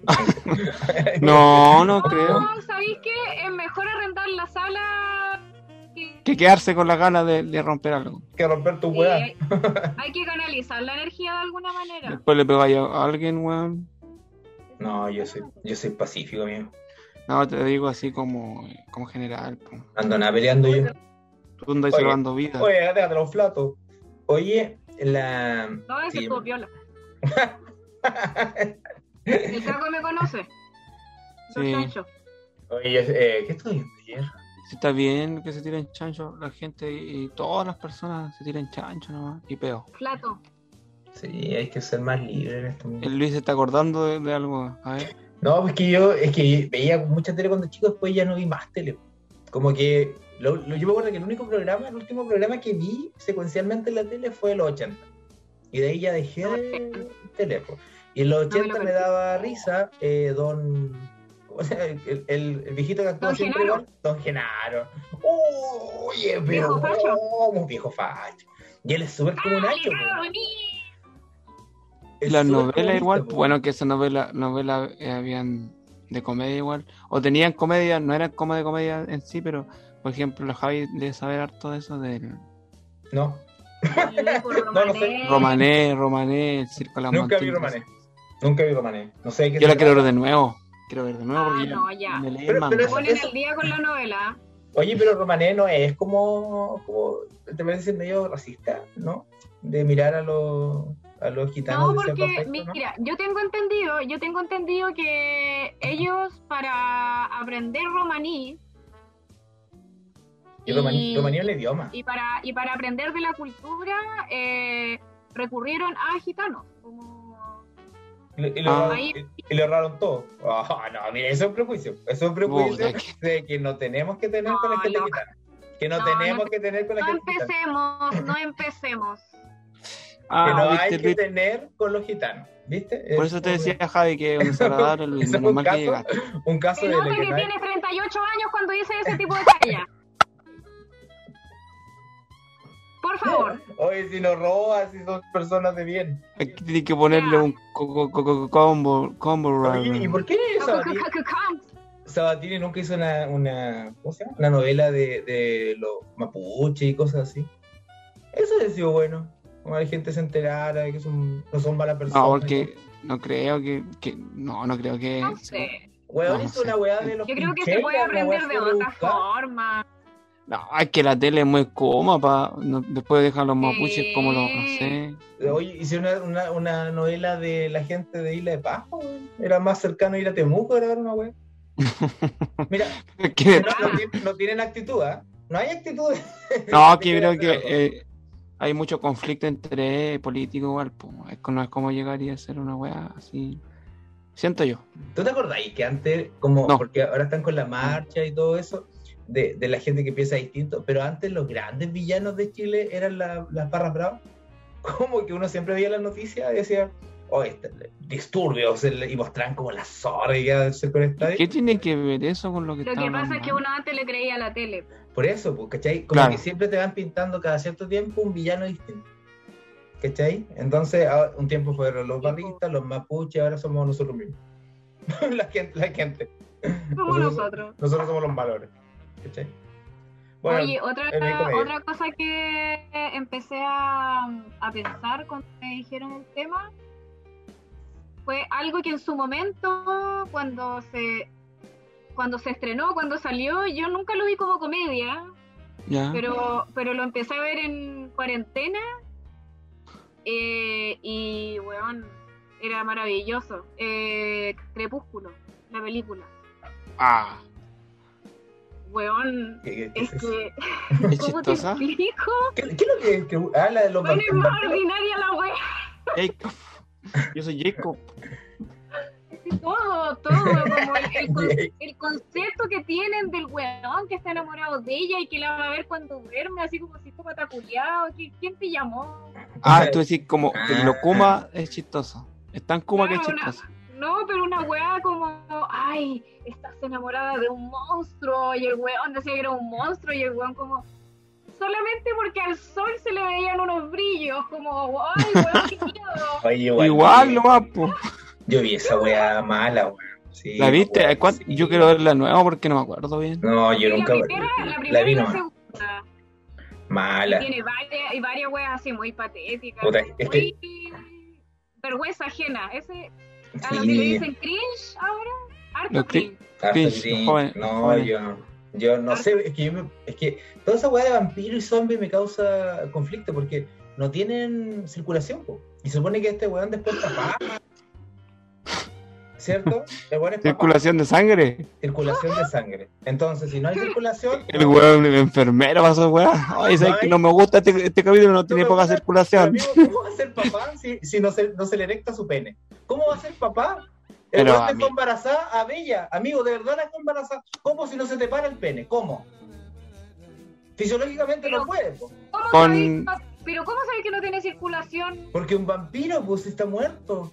No creo. ¿Sabéis qué? Es mejor arrendar la sala que quedarse con las ganas de romper algo. Que romper tu weá. Hay que canalizar la energía de alguna manera. Después le pegáis a alguien, weón. No, yo soy pacífico, amigo. No, te digo así como general. Po. Ando nada peleando yo. Tú andas salvando vidas. Oye, déjate los platos. Oye, No, ese es tu piola. El cago me conoce. Sí. Oye, ¿qué estoy viendo ayer? Sí, está bien que se tiren chancho la gente y todas las personas se tiren chancho nomás y peo. Plato. Sí, hay que ser más libre en esto. El Luis se está acordando de algo, a ver. No, es que veía mucha tele cuando chico, después ya no vi más tele. Como que yo me acuerdo que el último programa que vi secuencialmente en la tele fue los 80. Y de ahí ya dejé de tele. Y en los 80 me daba risa el viejito que actúa siempre igual, Don Genaro. Oye, pero viejo facho. Y él es súper como Nacho. Las novelas igual, bueno, que esas novelas habían de comedia igual, o tenían comedia, no eran como de comedia en sí, pero por ejemplo la Javi debe saber harto de eso del... No. No sé. Romané, el circo de las montañas. Nunca vi Romané. No sé qué. Yo la quiero ver de nuevo. Porque ya. Me leí pero ponen el día con la novela. Oye, pero Romané no es como te parece medio racista, ¿no? De mirar a los gitanos. No, porque mira, ¿no? Yo tengo entendido que ellos para aprender romaní romaní es un idioma. Y para aprender de la cultura recurrieron a gitanos. Y lo erraron todo. No, mira, eso es un prejuicio. Eso es un prejuicio de que no tenemos que tener con la gente gitana. Que no tenemos que tener con la gente gitana. No empecemos. Que no hay que tener con los gitanos. ¿Viste? Por eso te decía, Javi, que es un desagradable, Luis. Menos mal que llegaste. Un caso de que tiene 38 años cuando dice ese tipo de talla. Por favor. Oye, si nos robas, si son personas de bien. Aquí tiene que ponerle un combo. Oye, ¿y por qué Sabatini nunca hizo una ¿cómo se llama? Una novela de los mapuches y cosas así? Eso ha sido bueno. Como la gente se enterara de que no son malas personas. No, porque no creo que no creo que... No sé. Weón, hizo una weá de los... Yo creo que se puede aprender de otra forma. No, es que la tele es muy cómoda después dejan los mapuches como los... No sé. Oye, hice una novela de la gente de Isla de Pascua, weón. Era más cercano ir a Temuco a grabar una weá. Mira, no tienen actitud, ¿eh? No hay actitud. No, que creo que... hay mucho conflicto entre políticos igual, pues. No es como llegaría a ser una weá así. Siento yo. ¿Tú te acordáis que antes, como no. Porque ahora están con la marcha y todo eso, de la gente que piensa distinto, pero antes los grandes villanos de Chile eran las barras bravas? Como que uno siempre veía las noticias y decía, disturbios, y mostraban como la zorra y ya se conectaba. ¿Qué tiene que ver eso con lo que está hablando? Lo que pasa es que uno antes le creía a la tele. Por eso, pues, ¿cachai? Como que siempre te van pintando cada cierto tiempo un villano distinto. ¿Cachai? Entonces, un tiempo fueron los barristas, los mapuches, ahora somos nosotros mismos. la gente. Somos nosotros. Nosotros somos los valores. ¿Cachai? Bueno, oye, otra cosa que empecé a pensar cuando me dijeron el tema fue algo que en su momento, cuando se estrenó, cuando salió, yo nunca lo vi como comedia, pero lo empecé a ver en cuarentena y, weón, era maravilloso. Crepúsculo, la película. Weón, es que... ¿Cómo te explico? ¿Qué es lo que habla de los vampiros? Es más ordinaria la wea. Jacob. Yo soy Jacob. Todo, como el concepto que tienen del weón que está enamorado de ella y que la va a ver cuando duerme, así como psicópata culiado. ¿Quién te llamó? Tú decís como lo Kuma es chistoso. Es tan Kuma que es chistoso. No, pero una weá como, ay, estás enamorada de un monstruo, y el weón decía que era un monstruo, y el weón como, solamente porque al sol se le veían unos brillos, como, ay, weón, qué miedo. Oye, igual no va, po. Yo vi esa weá mala, weón. Sí, ¿la viste? Sí. Yo quiero verla nueva porque no me acuerdo bien. No, yo nunca la vi. La segunda. Mala. Y tiene varias weas así muy patéticas. Puta, muy vergüenza ajena. Ese... ¿A lo que le dicen cringe ahora? Harto cringe. Joven. No, yo no sé, es que toda esa weá de vampiro y zombie me causa conflicto porque no tienen circulación, po. Y se supone que este weón después papá, ¿cierto? Circulación de sangre. Circulación de sangre. Entonces, si no hay circulación... El weón enfermero va a ser weón. Ay, ¿sabes que no me gusta este capítulo? No tiene poca circulación. Amigo, ¿cómo va a ser papá si no se le erecta su pene? ¿Cómo va a ser papá? El weón dejó embarazada a Bella. Amigo, de verdad la dejó embarazada. ¿Cómo si no se te para el pene? ¿Cómo? Fisiológicamente no puede. Pero ¿cómo sabes que no tiene circulación? Porque un vampiro, pues, está muerto.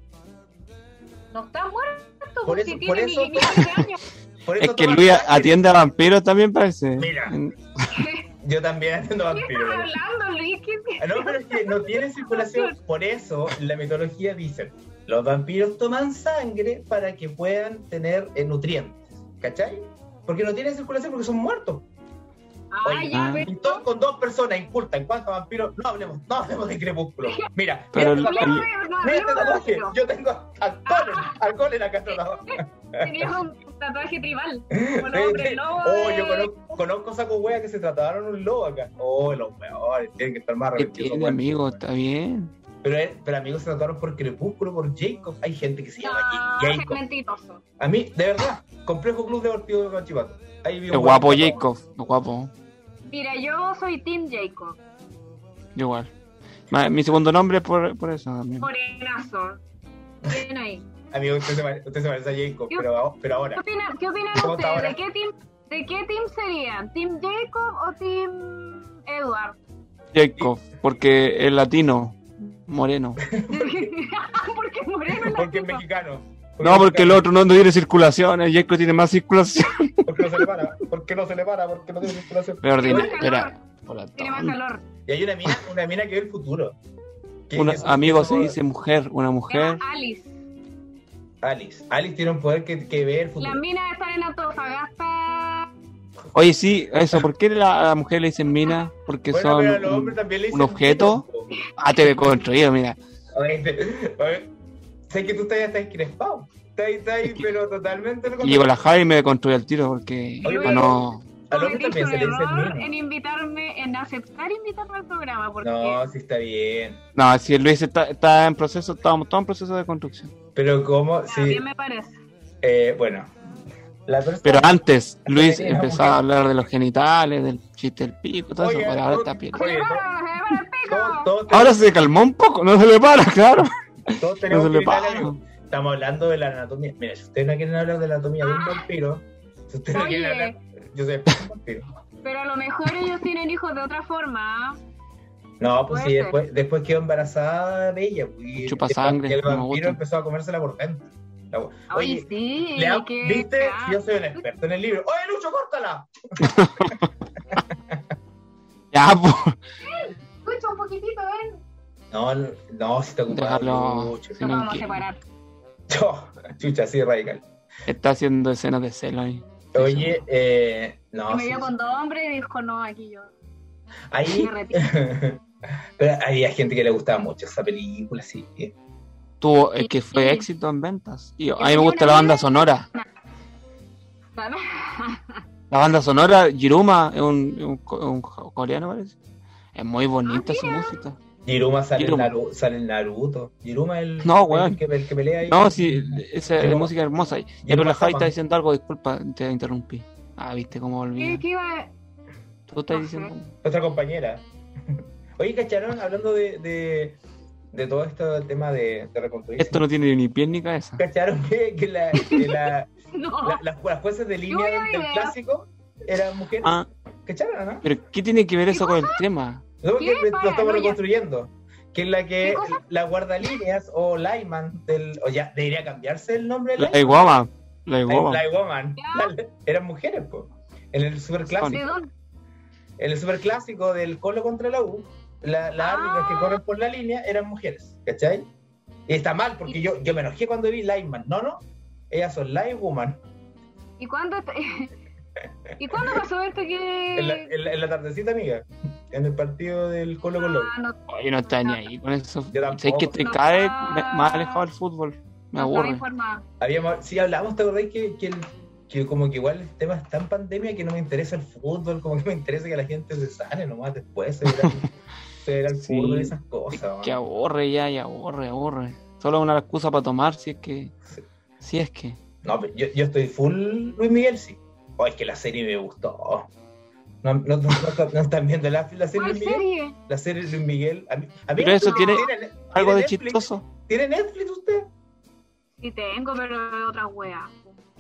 No está muerto, por eso, tiene millones de años. Es que Luis atiende a vampiros también, parece. Mira, yo también atiendo a vampiros. ¿Qué estás hablando, Luis? No, pero es que no tiene circulación. Por eso la mitología dice, los vampiros toman sangre para que puedan tener nutrientes. ¿Cachai? Porque no tienen circulación porque son muertos. Oye, con dos personas incultas en cuanto a vampiros, no hablemos de Crepúsculo. Mira, este tatuaje, yo tengo alcohol en la casa. Tenías un tatuaje tribal, como el hombre lobo. Yo conozco sacos weas que se trataron un lobo acá. Los weones, tienen que estar más arrepentidos. ¿Qué tiene, amigo? Está bien. Pero amigos, se trataron por Crepúsculo, por Jacob. Hay gente que se llama Jacob. Es mentiroso. A mí, de verdad, Complejo Club Deportivo de Cachivato. Es guapo Jacob, es guapo. Mira, yo soy Team Jacob. Yo igual. Mi segundo nombre es por eso también. Morenazo. Bien ahí. Amigo, usted se parece a Jacob, pero ahora. ¿Qué opinan ustedes? ¿De qué team serían? ¿Team Jacob o Team Edward? Jacob, porque es latino, moreno. ¿Por qué moreno? Porque es mexicano. No, porque el otro no tiene circulación, el Jacob tiene más circulación. Porque no se le para, porque no tiene circulación. Pero tiene más calor. Y hay una mina que ve el futuro. Amigo, se dice mujer, una mujer. Alice tiene un poder que ve el futuro. Las minas están en Antofagasta. Oye, sí, eso, ¿por qué a la mujer le dicen mina? Porque son un objeto. TV construido, mira. Oye, sé que tú estás encrespado. Está ahí, pero totalmente... Y llego a la Javi y me deconstruye el tiro porque no... Al hombre también se le dice en aceptar invitarme al programa. Porque... No, sí está bien. No, si Luis está en proceso, estábamos todos en proceso de construcción. Pero ¿cómo? Sí. Bien me parece. Bueno. Pero antes, Luis empezaba a hablar de los genitales, del chiste del pico, todo eso, pero ahora está bien. Ahora se calmó un poco, no se le para, claro. Todos tenemos no se le para. Estamos hablando de la anatomía. Mira, si ustedes no quieren hablar de la anatomía de un vampiro, si ustedes no quieren hablar, yo soy un vampiro. Pero a lo mejor ellos tienen hijos de otra forma. No, pues sí, después quedó embarazada de ella. Chupa sangre. Y el vampiro empezó a comérsela por dentro. Oye, sí. ¿Viste? Si yo soy un experto en el libro. ¡Oye, Lucho, córtala! Ya, pues. Lucho, un poquitito, ven. No, si te ocupas mucho. No vamos a separar. Chucha, así radical. Está haciendo escenas de celo ahí. Oye, No, me vio con 2 hombres y dijo, no, aquí yo. Ahí. Pero había gente que le gustaba mucho esa película, sí. Tuvo que fue éxito en ventas. Y a mí me gusta la banda sonora. La banda sonora, Jiruma, es un coreano, parece. Es muy bonita su música. Jiruma sale en Naruto. Jiruma es el que pelea ahí. No, sí, esa es música hermosa. Ya, pero la Javi está diciendo algo, disculpa, te interrumpí. Viste cómo olvidé. ¿Qué iba? Tú estás diciendo. Nuestra compañera. Oye, ¿cacharon? Hablando de todo este tema de reconstruir. Esto no tiene ni pie ni cabeza. ¿Cacharon que las jueces de línea del clásico eran mujeres? ¿Cacharon, no? ¿Pero qué tiene que ver eso con el tema? No, porque lo estamos reconstruyendo. Que es la que la guardalíneas o lineman o ya debería cambiarse el nombre de Linewoman. Eran mujeres, pues. En el superclásico. En el superclásico del Colo contra la U, las árbitras que corren por la línea eran mujeres, ¿cachai? Y está mal, porque yo me enojé cuando vi lineman. No, ellas son linewoman. ¿Y cuándo pasó esto que...? En la tardecita, amiga. En el partido del Colo con la U. Yo no estaba ni ahí con eso. Sé que te cae más alejado del fútbol. Me aburre. Sí, hablamos, ¿te acordás que como que igual el tema es tan pandemia que no me interesa el fútbol, como que me interesa que la gente se sane nomás después, se verá el fútbol y esas cosas. Que aburre ya, y aburre. Solo una excusa para tomar si es que... No, yo estoy full Luis Miguel, sí. Es que la serie me gustó. ¿No están viendo la serie Luis Miguel? Serie? La serie Luis Miguel. A mí pero eso tiene algo de Netflix? chistoso. ¿Tiene Netflix usted? Sí tengo, pero de otra wea.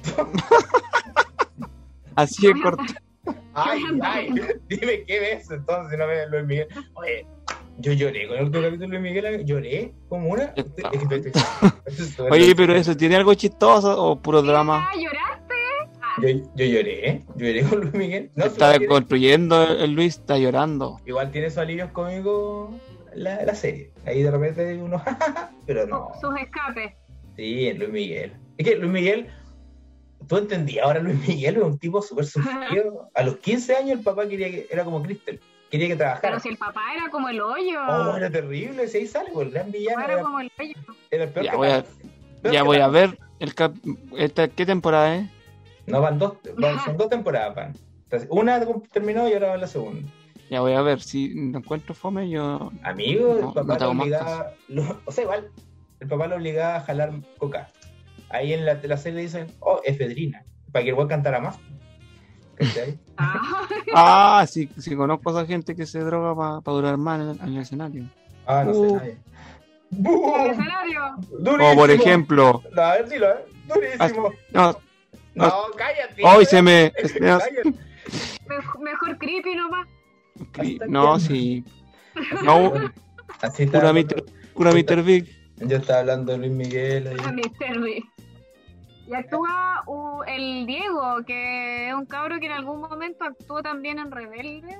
Así de corto. Ay, dime qué ves entonces si no ves Luis Miguel. Oye, yo lloré con el último capítulo de Luis Miguel, lloré como una. Oye, pero eso tiene algo chistoso o puro drama. ¿Lloraste? Yo lloré con Luis Miguel. No, está construyendo el Luis, está llorando. Igual tiene sus alivios cómicos la serie. Ahí de repente uno, pero no. Sus escapes. Sí, Luis Miguel. Es que Luis Miguel, tú entendías, ahora Luis Miguel es un tipo súper sufrido. A los 15 años el papá era como Cristel, quería que trabajara. Pero si el papá era como el hoyo. Era terrible, si ahí sale, el gran villano. Era como el hoyo. Era el peor voy a ver ¿qué temporada es? No, son 2 temporadas, pan. Entonces, una terminó y ahora va la segunda. Ya voy a ver, si no encuentro fome, yo... Amigo, el papá lo obligaba... igual, el papá lo obligaba a jalar coca. Ahí en la serie le dicen, efedrina, para que el güey cantara más. ¿Cachai? Sí, conozco a esa gente que se droga para durar más en el escenario. No sé nadie. ¿El escenario? Durísimo. O por ejemplo... A ver, dilo, durísimo. No, cállate. Hoy se me... Mejor creepy nomás. No, sí. No, así pura Mr. Big. Yo estaba hablando de Luis Miguel. Mr. Big. Y actúa el Diego, que es un cabro que en algún momento actuó también en Rebelde.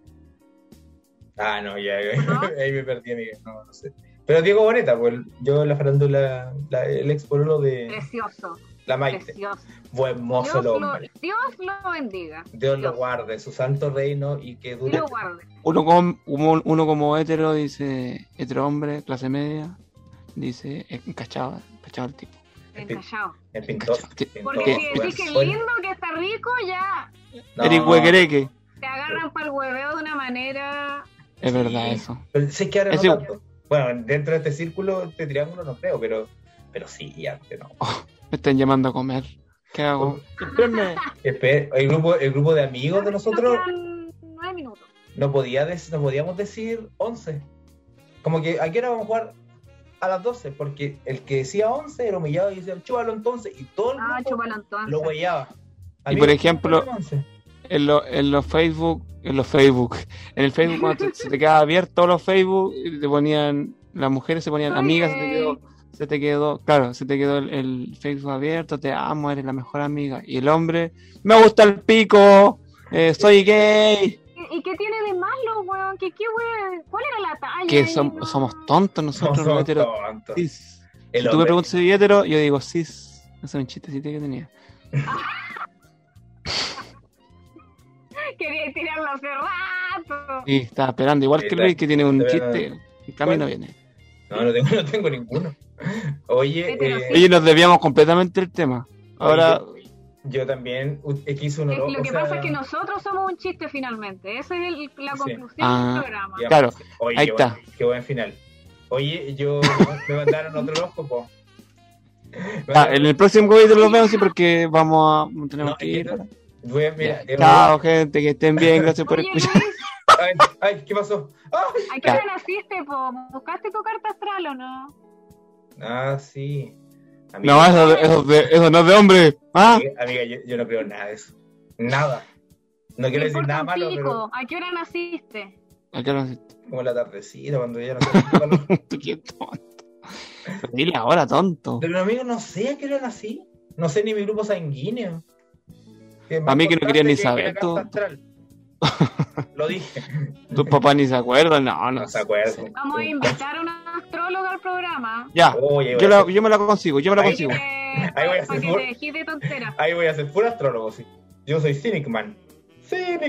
No, ya, ahí me perdí, amiga. No sé. Pero Diego Boneta, pues yo la farándula, el ex pololo de... Precioso. La Maite. Precioso. Buen mozo el hombre. Dios lo bendiga. Dios lo guarde, su santo reino y que dure. Dios lo guarde. Uno como hetero dice, hetero hombre, clase media, dice, encachado el tipo. Encachado. El pintor. Porque si decís que es lindo, que está rico, ya. Eric Huequereque. Te agarran para el hueveo de una manera. Es verdad eso. Pero sé que ahora no tanto. Bueno, dentro de este círculo, este triángulo no creo, pero sí, antes no. Me están llamando a comer. ¿Qué hago? Espérenme. El grupo de amigos de nosotros. 9 minutos. No podíamos decir 11. Como que aquí ahora vamos a jugar a las 12, porque el que decía 11 era humillado y decía, chúpalo entonces, y todo el grupo lo huellaba. Y por ejemplo, en los Facebook, en el Facebook cuando se te quedaba abierto los Facebook, te ponían, las mujeres se ponían amigas, se te quedó el Facebook abierto, te amo, eres la mejor amiga. Y el hombre, me gusta el pico, soy gay. ¿Y qué tiene de malo, weón? ¿Qué weón? ¿Cuál era la talla? Que somos tontos nosotros, los heteros. Cis. Si tú me preguntas si soy hetero, yo digo cis. Ese es un chistecito que tenía. Quería tirarlo hace rato. Sí, estaba esperando, igual que Luis, que tiene un chiste. En camino viene. No tengo ninguno. Oye, nos desviamos completamente del tema. Ahora... Yo también quise un oro. Lo que pasa es que nosotros somos un chiste finalmente. Esa es la conclusión del programa. Claro, oye, ahí está. Qué buen final. Oye, me mandaron otro horóscopo. En el próximo capítulo los vemos, sí, porque tenemos que ir. Chao, gente, que estén bien, gracias por escuchar. Ay, ¿qué pasó? ¿A qué hora naciste, po? ¿Buscaste tu carta astral o no? Ah, sí. Amiga, no, eso no es de hombre. Amiga, yo no creo nada de eso. Nada. No quiero decir nada malo, pero... ¿A qué hora naciste? Como la tardecita, cuando ya no sé. Qué tonto. Dile ahora, tonto. Pero amigo, no sé a qué hora nací. No sé ni mi grupo sanguíneo. A mí que no quería ni saber. Lo dije. ¿Tus papás ni se acuerdan? No se acuerdan. Vamos a invitar a una astróloga al programa. Ya, yo me la consigo. Ahí voy a hacer Ahí voy a ser puro astrólogo, sí. Yo soy Cynic Man. ¿Qué?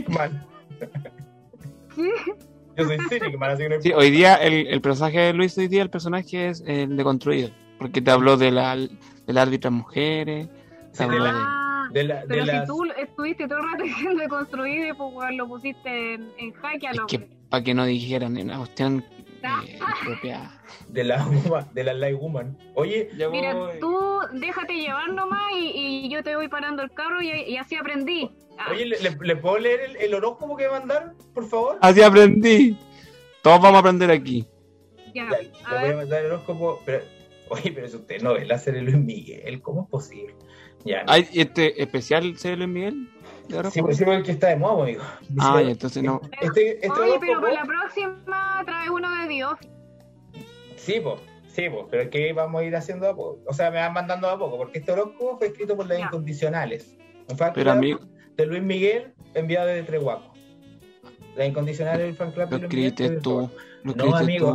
Yo soy Cynic Man, así que no... Sí, hoy día el personaje de Luis, el personaje es el de Construido. Porque te habló de las árbitras mujeres. Sí, pero si tú estuviste todo el rato diciendo de Construido, pues lo pusiste en jaque a lo que para que no dijeran una cuestión propia de la Light Woman. Oye, mira, tú déjate llevar nomás y yo te voy parando el carro y así aprendí. Oye, ¿le puedo leer el horóscopo que me mandaron, por favor? Así aprendí. Todos vamos a aprender aquí. Ya, le voy a mandar el horóscopo, pero si usted no ve la serie Luis Miguel, ¿cómo es posible? Ya, ¿no? ¿Hay especial serie Luis Miguel? Sí, pues el que está de moda, amigo. Dice, entonces no. Oye, pero para la próxima trae uno de Dios. Sí, pero es que vamos a ir haciendo a poco. O sea, me van mandando a poco, porque este horóscopo fue escrito por las Incondicionales. Pero amigo, de Luis Miguel, enviado de Trehuaco. Las Incondicionales del fan club. Lo escribiste tú. No,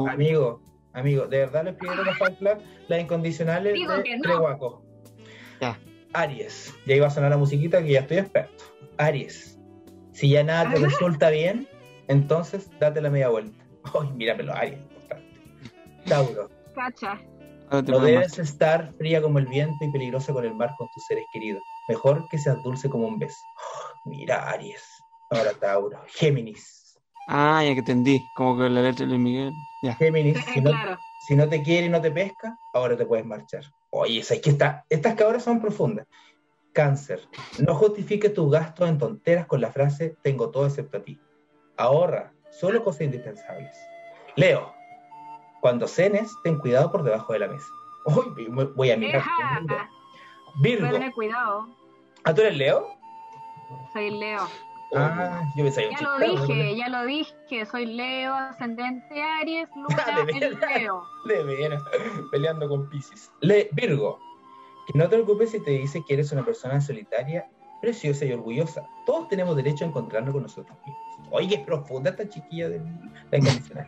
amigo, de verdad lo escribieron los fan club, las Incondicionales de Trehuaco. Ya. Aries, y ahí va a sonar la musiquita que ya estoy experto. Aries, si ya nada te resulta bien, entonces date la media vuelta. Ay, míramelo, Aries, importante. Tauro, cacha. No debes estar fría como el viento y peligrosa con el mar con tus seres queridos. Mejor que seas dulce como un beso. Mira, Aries. Ahora Tauro. Géminis. Ya que entendí. Como que la letra de Luis Miguel. Ya. Géminis, si no te quiere y no te pesca, ahora te puedes marchar. Oye, es que estas cabras son profundas. Cáncer. No justifiques tus gastos en tonteras con la frase tengo todo excepto a ti. Ahorra. Solo cosas indispensables. Leo. Cuando cenes, ten cuidado por debajo de la mesa. Uy, voy a mirar. Virgo. Ten cuidado. ¿Tú eres Leo? Soy Leo. Yo pensé ya lo dije, soy Leo, ascendente Aries, Luna en Leo. De veras, peleando con Piscis. Virgo, que no te preocupes si te dice que eres una persona solitaria, preciosa y orgullosa. Todos tenemos derecho a encontrarnos con nosotros mismos. Oye, qué profunda esta chiquilla de la incondicional.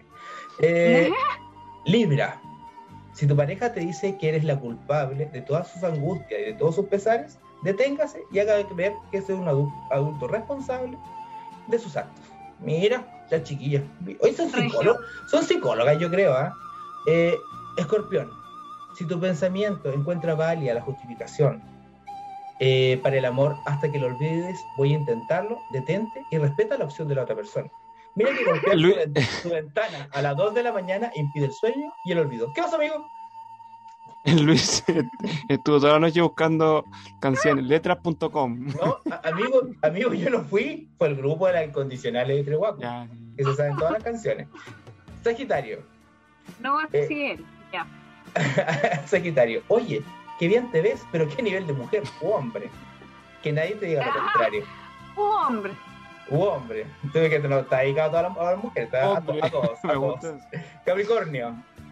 Libra, si tu pareja te dice que eres la culpable de todas sus angustias y de todos sus pesares, deténgase y haga ver que es un adulto responsable de sus actos. Mira, la chiquilla. Hoy son psicólogas, yo creo. Escorpión, si tu pensamiento encuentra válida la justificación para el amor hasta que lo olvides, voy a intentarlo, detente y respeta la opción de la otra persona. Mira que golpear tu ventana a las 2 de la mañana impide el sueño y el olvido. ¿Qué pasa, amigo? Luis estuvo toda la noche buscando canciones, letras.com. No, amigo, yo no fui, fue el grupo de las Incondicionales de Trehuaco, que se saben todas las canciones. Sagitario. No, así es, ya. Sagitario, oye, qué bien te ves, pero qué nivel de mujer, hombre. Que nadie te diga lo contrario. Hombre. Tuve que no está dedicado a las mujeres, a todos. Capricornio.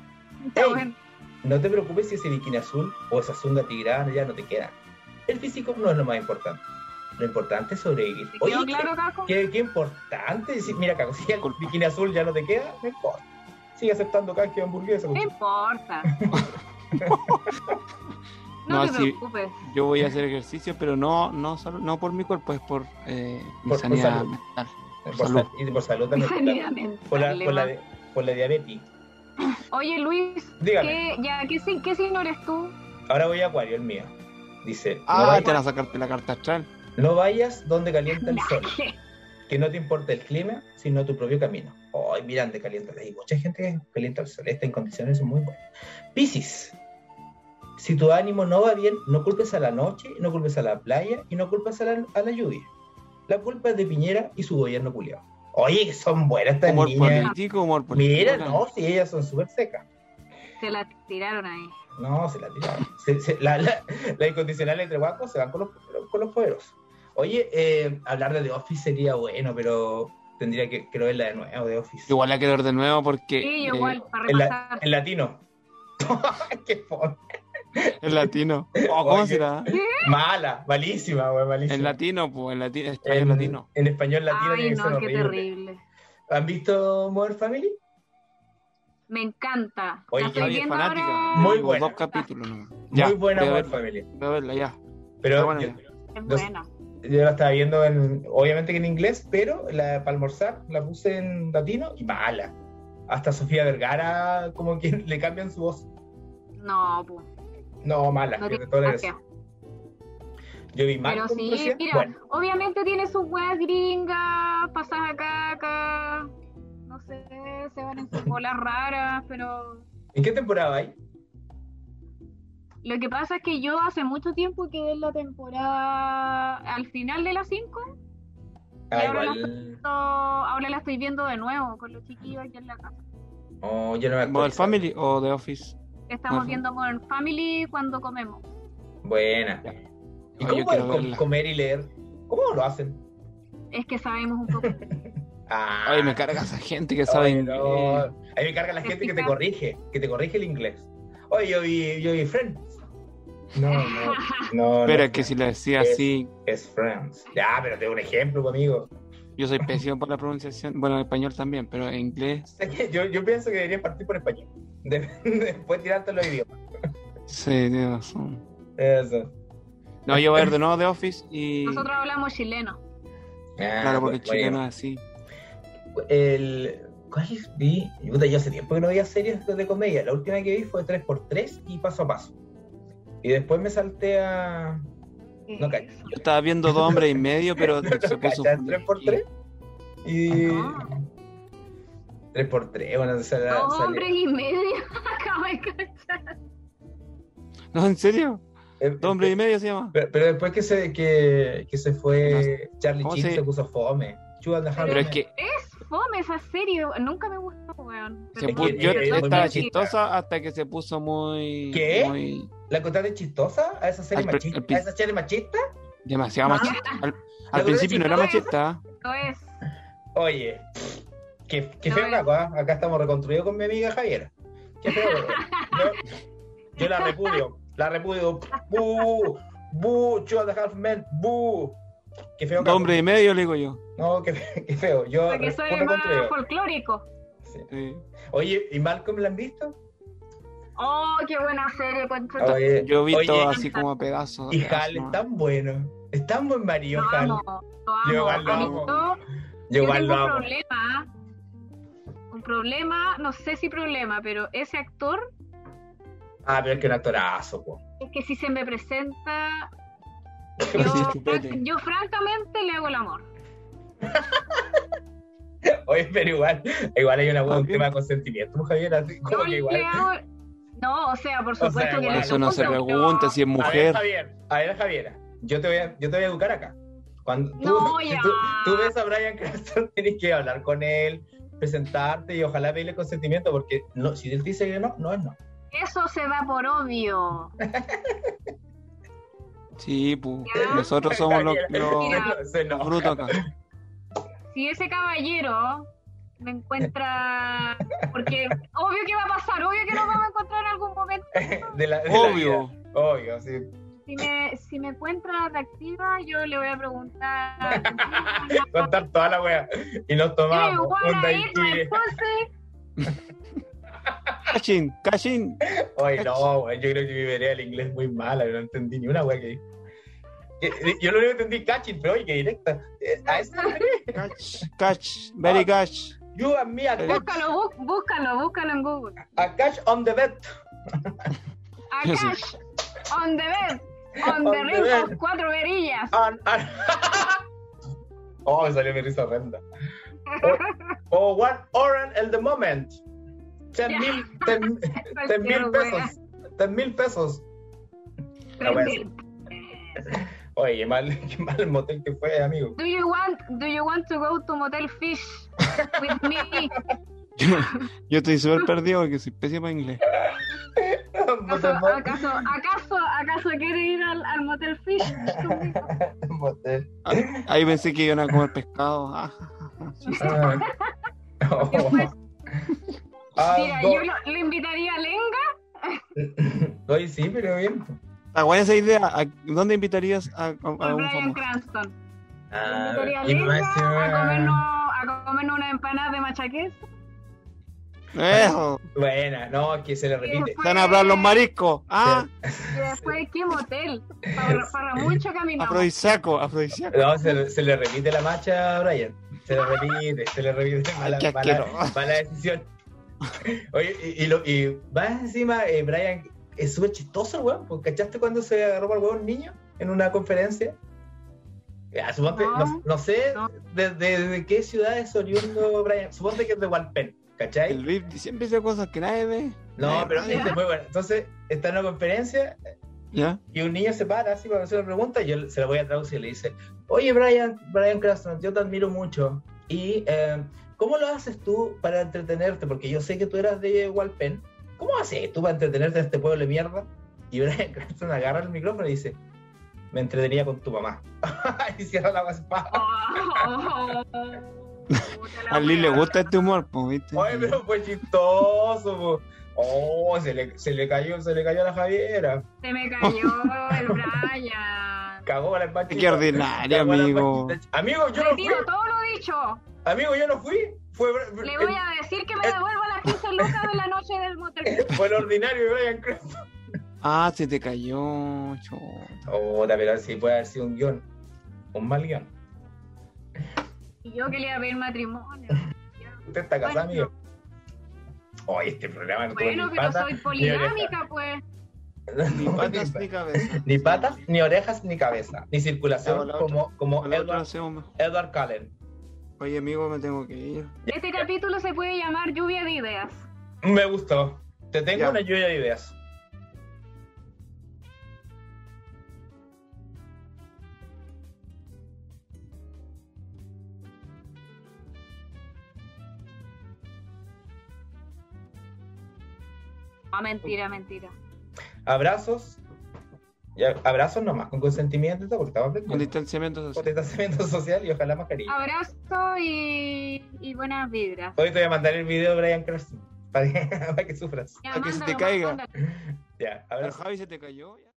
No te preocupes si ese bikini azul o esa zunga tigrana ya no te queda. El físico no es lo más importante. Lo importante es sobrevivir. Oye, claro, Caco? Qué importante. Mira, Caco, si el bikini azul ya no te queda, no importa. Sigue aceptando canje de hamburguesa. No importa. No te preocupes. Yo voy a hacer ejercicio, pero no por mi cuerpo, es por mi sanidad mental. Por salud también. Por la diabetes. Oye, Luis, ¿qué signo eres tú? Ahora voy a Acuario, el mío. Dice... te van a sacarte la carta astral. No vayas donde calienta el sol. Que no te importe el clima, sino tu propio camino. Ay, mira, donde calienta. Hay mucha gente que calienta el sol. Estas condiciones son muy buenas. Piscis. Si tu ánimo no va bien, no culpes a la noche, no culpes a la playa y no culpes a la lluvia. La culpa es de Piñera y su gobierno culiao. Oye, son buenas estas humor niñas. Humor político. Mira, no, si ellas son súper secas. Se la tiraron ahí. No, se la tiraron. La incondicional entre guapos se van con los poderosos. Oye, hablar de The Office sería bueno, pero tendría que verla de nuevo, The Office. Igual la quiero ver de nuevo porque... Sí, igual, para repasar. En latino. ¡Qué fome! En latino. ¿Cómo será? Malísima, güey, malísima. En latino, pues, en latino. En español latino. Ay, no, qué terrible. ¿Han visto Modern Family? Me encanta. Oye, la estoy viendo fanática. ahora. Muy buena. 2 capítulos, ¿no? Muy buena Modern Family. Voy a verla ya. Pero bueno, es buena. Yo la estaba viendo obviamente que en inglés, pero para almorzar la puse en latino y mala. Hasta Sofía Vergara como que le cambian su voz. No, pues. No, mala. No tiene gracia. Yo vi mal. Pero sí, mira, obviamente tiene sus weas gringas, pasadas acá, no sé, se van en sus bolas raras, pero... ¿En qué temporada hay? Lo que pasa es que yo hace mucho tiempo quedé en la temporada al final de las 5 y ahora la estoy viendo de nuevo con los chiquillos aquí en la casa. Oh, yo no me acuerdo. ¿Modern Family o The Office? Estamos viendo Modern Family cuando comemos. Buena. ¿Y cómo pueden comer y leer? ¿Cómo lo hacen? Es que sabemos un poco. Ay, me carga esa gente que sabe inglés. No. A mí me carga la gente que te corrige el inglés. Oye, yo vi Friends. No. Pero es que si le decía así... Es Friends. Ya, pero te doy un ejemplo, amigo. Yo soy pésimo por la pronunciación. Bueno, en español también, pero en inglés... Yo pienso que deberían partir por español. Después tirarte los idiomas. Sí, tienes razón. Eso. No, yo voy a ver de nuevo The Office y... Nosotros hablamos chileno. Claro, porque el chileno es así. ¿Cuál vi? Yo hace tiempo que no veía series de comedia. La última que vi fue 3x3 y Paso a Paso. Y después me salté a... No cacho. Yo estaba viendo 2 hombres y medio, pero se puso... 3x3 y... 3x3, bueno, 2 hombres y medio. Acabo de cachar. No, ¿en serio? 2 hombres y medio se llama. Pero después que se fue Charlie Chin se puso fome. Pero es que... Es fome esa serie, nunca me gustó, weón. Yo estaba chistosa hasta que se puso muy... ¿Qué? ¿La encontraste chistosa? ¿A esa serie machista? ¿A esa serie machista? Demasiado machista. Al principio no era machista. No es. Oye, qué feo acá. Acá estamos reconstruidos con mi amiga Javiera. Qué feo. Yo la repudio. Boo, 2.5 Men. Boo. Qué feo. 2 hombres y medio, le digo yo. No, qué feo. Yo porque soy más folclórico. Sí. Oye, ¿y Malcolm la han visto? Oh, qué buena serie, Oye, yo he visto así como a pedazos. Y Hal es tan bueno. Es tan buen marido, Hal. Yo igual lo amo. Yo tengo un problema, no sé si problema, pero ese actor... pero es que un actorazo, po. Es que si se me presenta... Yo francamente le hago el amor. Oye, pero igual hay un tema de consentimiento, Javier, así como que igual... No, o sea, por supuesto que eso no se pregunta si es mujer. A ver, Javiera, yo te voy a educar acá. Cuando tú ves a Bryan Cranston, tienes que hablar con él, presentarte y ojalá pedirle consentimiento, porque no, si él dice que no es no. Eso se da por obvio. Sí, pues, nosotros somos los brutos acá. Si ese caballero me encuentra... Porque obvio que va a pasar, obvio que nos vamos a encontrar en algún momento. Obvio, sí. Si me encuentra atractiva, yo le voy a preguntar... Contar toda la wea. Y nos tomamos un daiquiri. Cachín. Oye, no, güey, yo creo que mi vereda del inglés es muy mala, no entendí ni una güey que dijo. Yo lo único que entendí cachín, pero oye, que directa. A eso Catch, very catch. You and me a catch. Búscalo en Google. A catch on the bed. A catch on the bed. On the ring of 4 verillas. Oh, me salió mi risa horrenda. O 1 orange at the moment. 10,000 pesos. 10,000 pesos. 3,000. Oye, qué mal el motel que fue, amigo. Do you want to go to Motel Fish with me? Yo estoy súper perdido porque soy pésimo en inglés. ¿Acaso quiere ir al Motel Fish? Ahí pensé que iban a comer pescado. Mira, yo le invitaría a Lenga. Oye, sí, pero bien. Está buena esa idea. ¿Dónde invitarías a un Bryan famoso? Cranston. Ah, a comernos una empanada de machaqués. Eso. Buena, no, que se le repite. Están a hablar los mariscos. Y después, ¿qué motel? Para mucho caminamos. Afrodisíaco. No, se le repite la marcha a Brian. Se le repite. Mala decisión. Oye, y más encima, Brian es súper chistoso el weón. ¿Cachaste cuando se agarró para el weón niño en una conferencia? Suponte, no sé de qué ciudad es oriundo Brian. Suponte que es de Walpen, ¿cachai? El VIP siempre dice cosas que nadie ve. No, pero este es muy bueno. Entonces, está en una conferencia. ¿Ya? Y un niño se para así para hacer una pregunta y yo se la voy a traducir y le dice: oye, Brian Cranston, yo te admiro mucho. Y ¿cómo lo haces tú para entretenerte? Porque yo sé que tú eras de Walpen. ¿Cómo haces tú para entretenerte en este pueblo de mierda? Y Brian Cranston agarra el micrófono y dice: me entretenía con tu mamá. Y cierra la guaspa. A Lee le gusta este humor, ¿viste? Oye, pero fue chistoso, po. Oh, se le cayó a la Javiera. Se me cayó el Brian. Cagó la empachita. Qué ordinario, amigo. Amigo, yo no fui. Retiro todo lo dicho. Amigo, yo no fui. Le voy a decir que me devuelva las 15 lucas de la noche del motel. Fue el ordinario de Brian Cranston. Se te cayó, pero sí puede haber sido un guión. Un mal guión. Y yo que le iba a pedir matrimonio. Usted está casado, amigo. Oye, este programa no bueno, pero soy poligámica, pues. Ni patas ni cabeza. Ni patas, ni orejas, ni cabeza. Ni circulación, como Edward Cullen. Oye, amigo, me tengo que ir. Este capítulo se puede llamar Lluvia de Ideas. Me gustó. Te tengo una lluvia de ideas. Mentira. Abrazos. Abrazos nomás, con consentimiento, porque estamos aprendiendo. Con distanciamiento social. Con distanciamiento social y ojalá mascarilla. Abrazo y buenas vibras. Hoy te voy a mandar el video de Brian Cranston para que sufras. Para que se te caiga. Ya, abrazo. Pero Javi se te cayó.